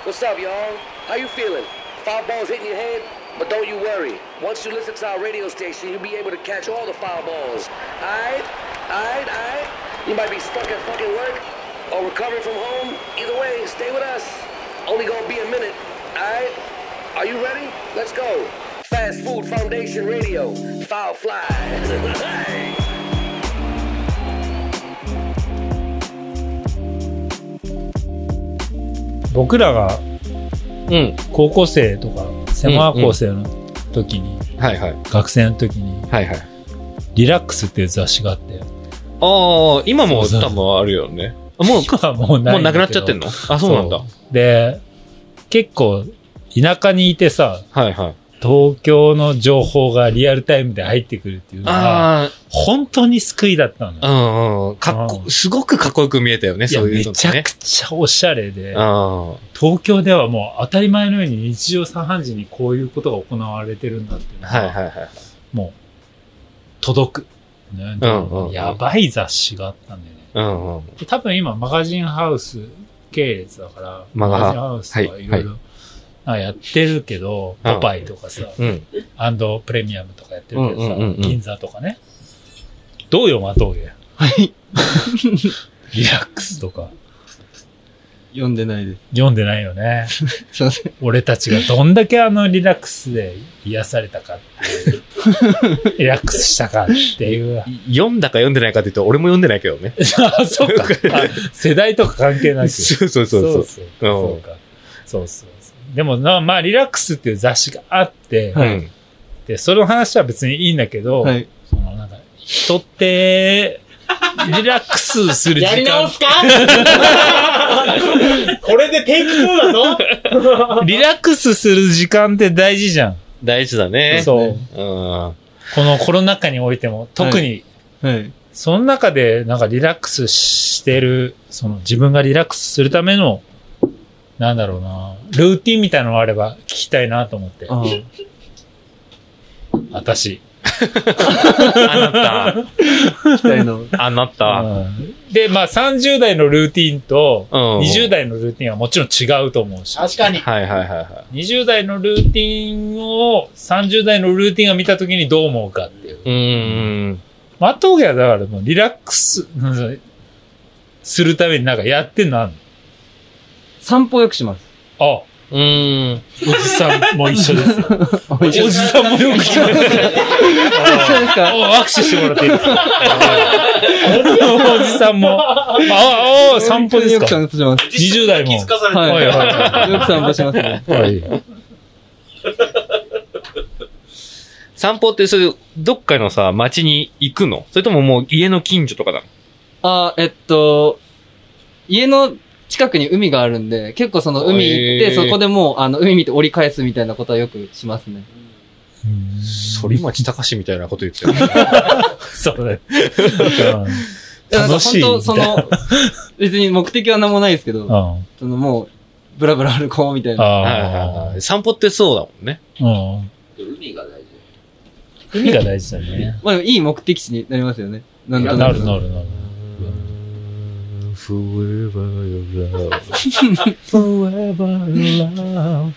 What's up, y'all? How you feeling? Foul balls hitting your head? But don't you worry. Once you listen to our radio station, you'll be able to catch all the foul balls. Alright? You might be stuck at fucking work or recovering from home. Either way, stay with us. Only gonna be a minute. Alright? Are you ready? Let's go. Fast Food Foundation Radio. Foul Fly. 僕らが高校生とか狭高生の時に、 はいはい、 学生の時に、 はいはい、 リラックスっていう雑誌があって、 ああ今も多分あるよね。もう今はもうないんだけど、 もうなくなっちゃってんの？あ、そうなんだ。 で結構田舎にいてさ、 はいはい、 東京の情報がリアルタイムで入ってくるっていうのが本当に救いだったのよ。 すごくかっこよく見えたよね、そういうのってね。 めちゃくちゃおしゃれで、東京ではもう当たり前のように日常茶飯事にこういうことが行われてるんだっていうのが、もう届く、ね、やばい雑誌があったんだよね。多分今マガジンハウス系列だから、マガジンハウスとかいろいろやってるけど、ポパイとかさ、アンドプレミアムとかやってるけどさ、銀座とかね。どうよ、まとうげ。 はい。 リラックスとか。 読んでないです。 読んでないよね。 すいません。 俺たちがどんだけリラックスで癒されたかっていう。リラックスしたかっていう。 読んだか読んでないかって言うと、俺も読んでないけどね。 あ、そうか。世代とか関係なく。 そう。 そうか。そう。でもまあ、リラックスっていう雑誌があって、で、その話は別にいいんだけど、そのなんか、人って、リラックスする時間。 やり直すかこれでテイク2だぞリラックスする時間って大事じゃん。 大事だね。 そう。このコロナ禍においても、特に、その中でなんかリラックスしてる、その自分がリラックスするための、なんだろうな、ルーティンみたいなのがあれば聞きたいなと思って。私。 あなた。 聞きたいの。 あなた。 で、まあ30代のルーティンと20代のルーティンはもちろん違うと思うし。 確かに。 20代のルーティンを30代のルーティンが見たときにどう思うかっていう。まとうげはだからもうリラックスするためになんかやってんのあるの？ 散歩よくします。 あ、おじさんも一緒ですよ。おじさんもよくします。そうですか。握手してもらっていいですか？おじさんも。散歩ですか？ よく散歩します。 20代も。 はい。よく散歩しますね。はい。 散歩ってそれ、どっかのさ、街に行くの？それとももう家の近所とかなの？ 家の近くに海があるんで、結構その海行って、そこでもう、海見て折り返すみたいなことはよくしますね。 反町隆史みたいなこと言ってる。 そうね。 楽しい。本当別に目的は何もないですけど、もう、ブラブラ歩こうみたいな。 散歩ってそうだもんね。 海が大事。 海が大事だね。 まあ、いい目的地になりますよね。 なる。 Forever your love. Forever your love.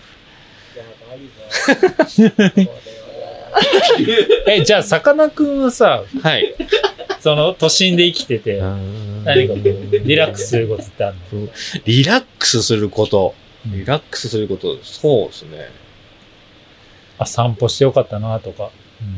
じゃあ、さかなクンはさ、その都心で生きてて、何かリラックスすることってあるの？ リラックスすること、そうですね。 散歩してよかったなとか。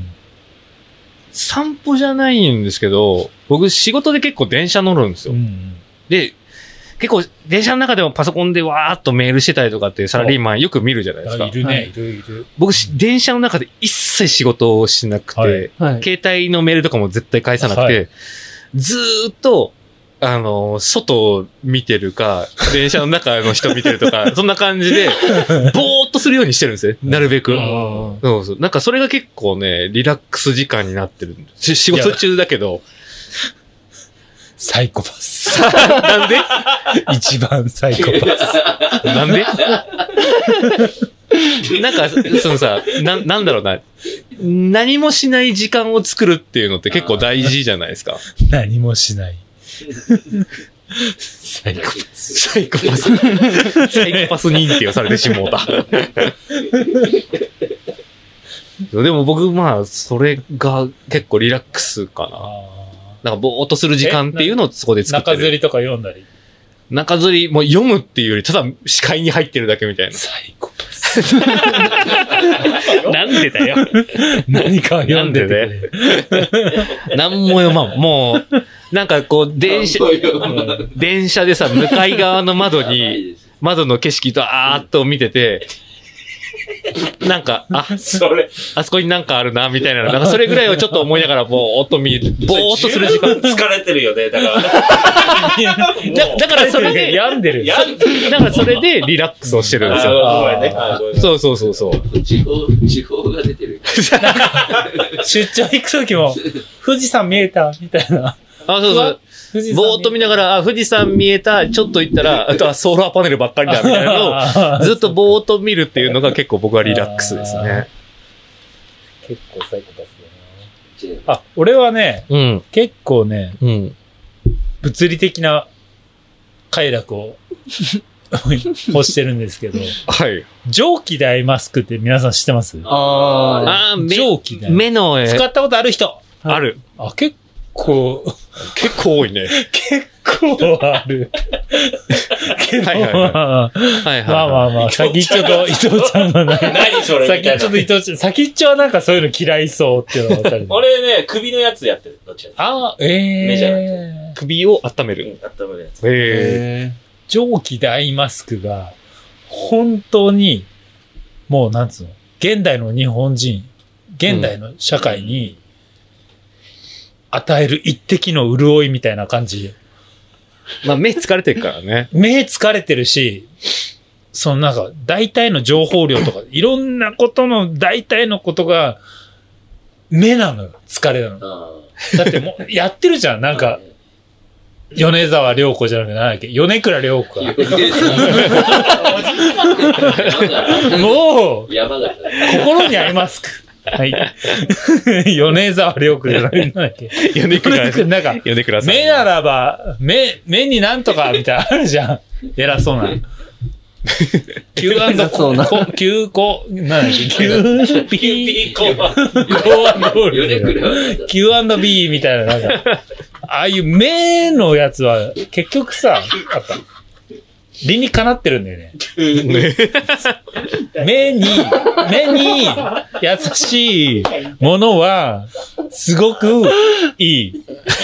散歩じゃないんですけど、僕仕事で結構電車乗るんですよ。で、結構電車の中でもパソコンでわーっとメールしてたりとかってサラリーマンよく見るじゃないですか。 いるね、いる。 僕、電車の中で一切仕事をしなくて、携帯のメールとかも絶対返さなくて、ずーっと、外を見てるか、電車の中の人見てるとか、そんな感じで、ぼーっとするようにしてるんですね。なるべく。そう。なんかそれが結構ね、リラックス時間になってる。仕事中だけど。 サイコパス。 なんで？ 一番サイコパス。 なんで？なんか、そのさ、なんだろうな。何もしない時間を作るっていうのって結構大事じゃないですか。 何もしない。 サイコパス。 サイコパス。サイコパス認定をされてしもうた。でも僕、まあ、それが結構リラックスかな。なんかぼーっとする時間っていうのをそこで作ってる。 中吊りとか読んだり。 中吊り、もう読むっていうより、ただ視界に入ってるだけみたいな。 サイコパス。 なんでだよ。 何か読んでて。 なんも読まん。もう、なんかこう、電車でさ、向かい側の窓の景色とあーっと見てて、なんか、あそこになんかあるな、みたいな。なんかそれぐらいをちょっと思いながら、ぼーっと見る。ぼーっとする時間。 疲れてるよね、だから。 だからそれで、 病んでる。 だからそれでリラックスをしてるんですよ。そう。 地方が出てる。 出張行くときも、富士山見えたみたいな。 あ、そう。ぼーっと見ながら、富士山見えた、ちょっと行ったら、あとはソーラーパネルばっかりだ、みたいなのを、ずっとぼーっと見るっていうのが結構僕はリラックスですね。 結構サイコパスだな。あ、俺はね、結構ね、物理的な快楽を欲してるんですけど、 はい。 蒸気でアイマスクって皆さん知ってます？蒸気で。 目の絵。 使ったことある人？ ある。 あ、結構多いね。 結構ある。けど、まあ、先ちょっと伊藤ちゃんが何それ先ちょっと伊藤ちゃん、先っちょはなんかそういうの嫌いそうっていうのがわかる。 俺ね、首のやつやってる。どっちか。目じゃなくて。 首を温める。 温めるやつ。 蒸気でアイマスクが、本当に、もうなんつうの、現代の日本人、現代の社会に、与える一滴の潤いみたいな感じ。 まあ目疲れてるからね。 目疲れてるし、そのなんか大体の情報量とか、いろんなことの大体のことが、目なのよ。疲れなの。だってもうやってるじゃん。なんか、米沢涼子じゃなくて何だっけ米倉涼子か。もう、心に合いますか。はい。米沢涼子じゃないんだっけ。 米倉なんか、目ならば、目になんとかみたいなあるじゃん。偉そうな。Q&なんだっけ Q&B みたいな、なんか、ああいう目のやつは、結局さ、やっぱ、理にかなってるんだよね。目に優しいものは、すごくいい。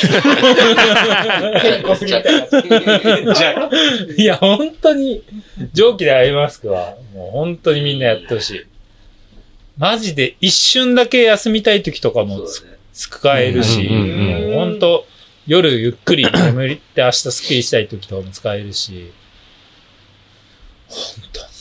いや、本当に、蒸気でアイマスクは、もう本当にみんなやってほしい。マジで一瞬だけ休みたい時とかも使えるし、もう本当、夜ゆっくり眠って明日スッキリしたい時とかも使えるし、本当に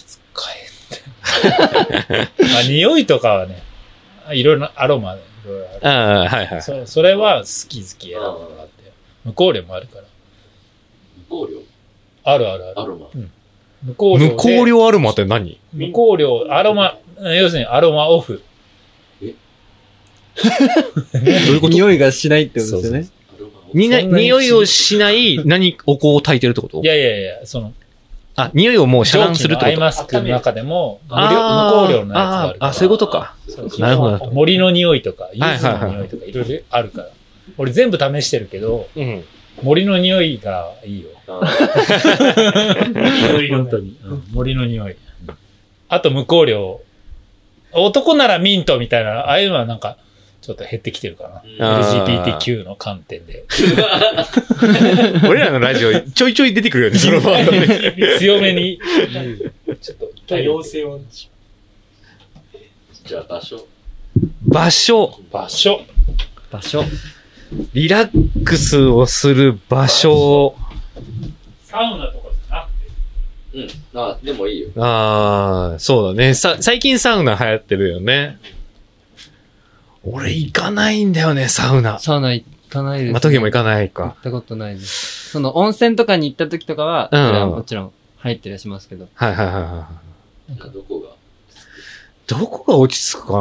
使えんって。まあ、匂いとかはね、いろいろなアロマでいろいろある。それは好き選ぶのがあって。無香料もあるから。 無香料？ ある。 アロマ。 無香料アロマって何？ 無香料、アロマ、要するにアロマオフ。 どういうこと？匂いがしないってことですよね。 匂いをしない何お香を焚いてるってこと？ いや、 匂いをもう遮断するってこと？ アイマスクの中でも、無香料のやつがあるから。 そういうことか。なるほど。 森の匂いとか、柚子の匂いとか、いろいろあるから。俺全部試してるけど、森の匂いがいいよ。本当に。森の匂い。あと無香料。男ならミントみたいな、ああいうのはなんか、ちょっと減ってきてるかな。LGBTQ の観点で。 俺らのラジオちょいちょい出てくるよね、その場合。 強めに。ちょっと多様性を。 じゃあ場所。リラックスをする場所。 サウナとかじゃなくて。 でもいいよ。 そうだね。最近サウナ流行ってるよね。俺行かないんだよね、サウナ。 サウナ行かないです、ね。 時も行かないか。 行ったことないです。その温泉とかに行った時とかは、もちろん入ってらっしゃいますけど。 なんかどこが落ち着くかな。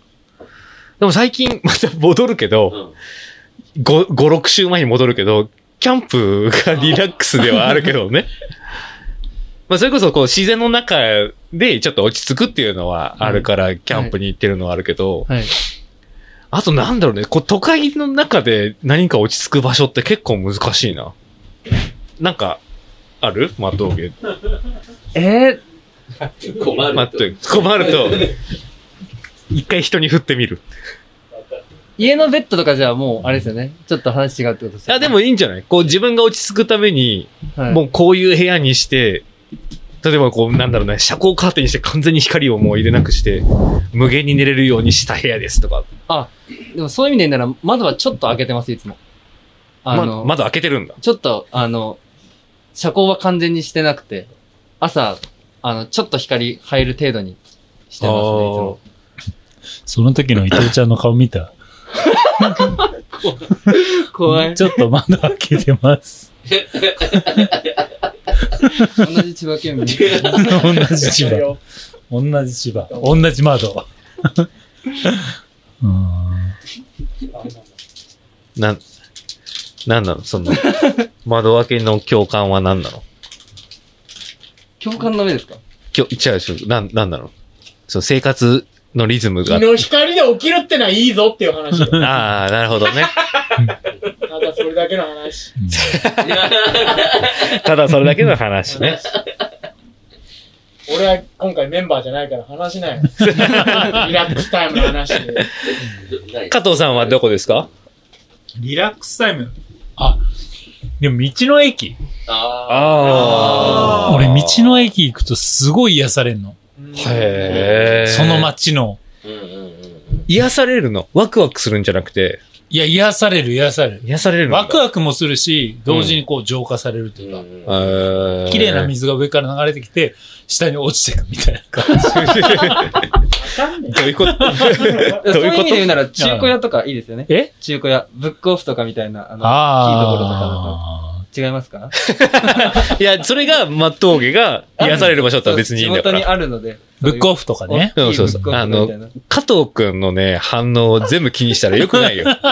でも最近、また戻るけど、5、6週前に戻るけど、 キャンプがリラックスではあるけどね。まあそれこそこう自然の中でちょっと落ち着くっていうのはあるから、キャンプに行ってるのはあるけど、はいはい、あとなんだろうね、こう都会の中で何か落ち着く場所って結構難しいな。なんか、ある？マットオーゲ。困ると、一回人に振ってみる。 家のベッドとかじゃもう、あれですよね。ちょっと話違うってことですよね。 でもいいんじゃない？こう自分が落ち着くために、はい、もうこういう部屋にして、例えばこう、なんだろうね、遮光カーテンにして完全に光をもう入れなくして、無限に寝れるようにした部屋ですとか。 あ、でもそういう意味で言うなら、窓はちょっと開けてます、いつも。 窓開けてるんだ。 ちょっと、遮光は完全にしてなくて、朝、ちょっと光入る程度にしてますね、いつも。 その時の伊藤ちゃんの顔見た？ 怖い。 ちょっと窓開けてます。 同じ千葉県民。 同じ千葉。同じ千葉。同じ窓。 なんなのその、窓開けの共感は何なの？ 共感の目ですか？ 違う、なんなのその生活のリズムが。 日の光で起きるってのはいいぞっていう話。 ああ、なるほどね。 ただそれだけの話。 ただそれだけの話ね。 俺は今回メンバーじゃないから話しない。リラックスタイムの話で。 加藤さんはどこですか？ リラックスタイム。でも道の駅。俺道の駅行くとすごい癒されんの。 へー。 その街の。 癒されるの？ワクワクするんじゃなくて。 いや、癒される。 癒されるの？ ワクワクもするし、同時にこう浄化されるというか、綺麗な水が上から流れてきて、下に落ちてくみたいな感じ。 どういうことそういう意味で言うなら中古屋とかいいですよね。中古屋、ブックオフとかみたいな、いいところとか違いますか？ いや、それが、マットオーゲが癒される場所だったら別にいいんだから。 地元にあるので。 ブックオフとかね。 そう。加藤くんのね、反応を全部気にしたらよくないよ。で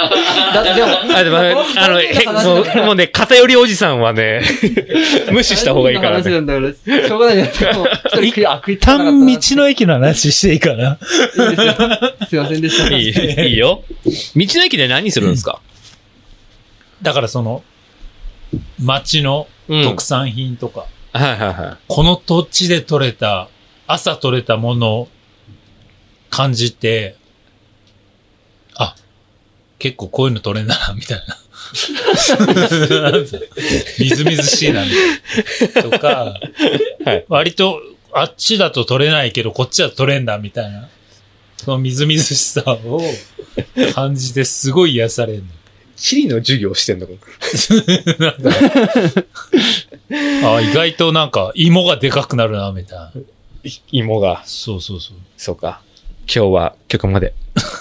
も、もうね、偏りおじさんはね、無視した方がいいからね。 しょうがないじゃないですか。 一旦道の駅の話していいかな？ いいですよ。すいませんでした。 いいよ。道の駅で何するんですか？ だからその、町の特産品とか、この土地で採れた、朝採れたものを感じて、結構こういうの採れんだな、みたいな。みずみずしいな、みたいな。とか、割とあっちだと採れないけど、こっちだと採れんだ、みたいな。そのみずみずしさを感じてすごい癒されるの。 地理の授業してんのか意外となんか芋がでかくなるなみたいな。 芋が。 そう。 そうか。今日は曲まで。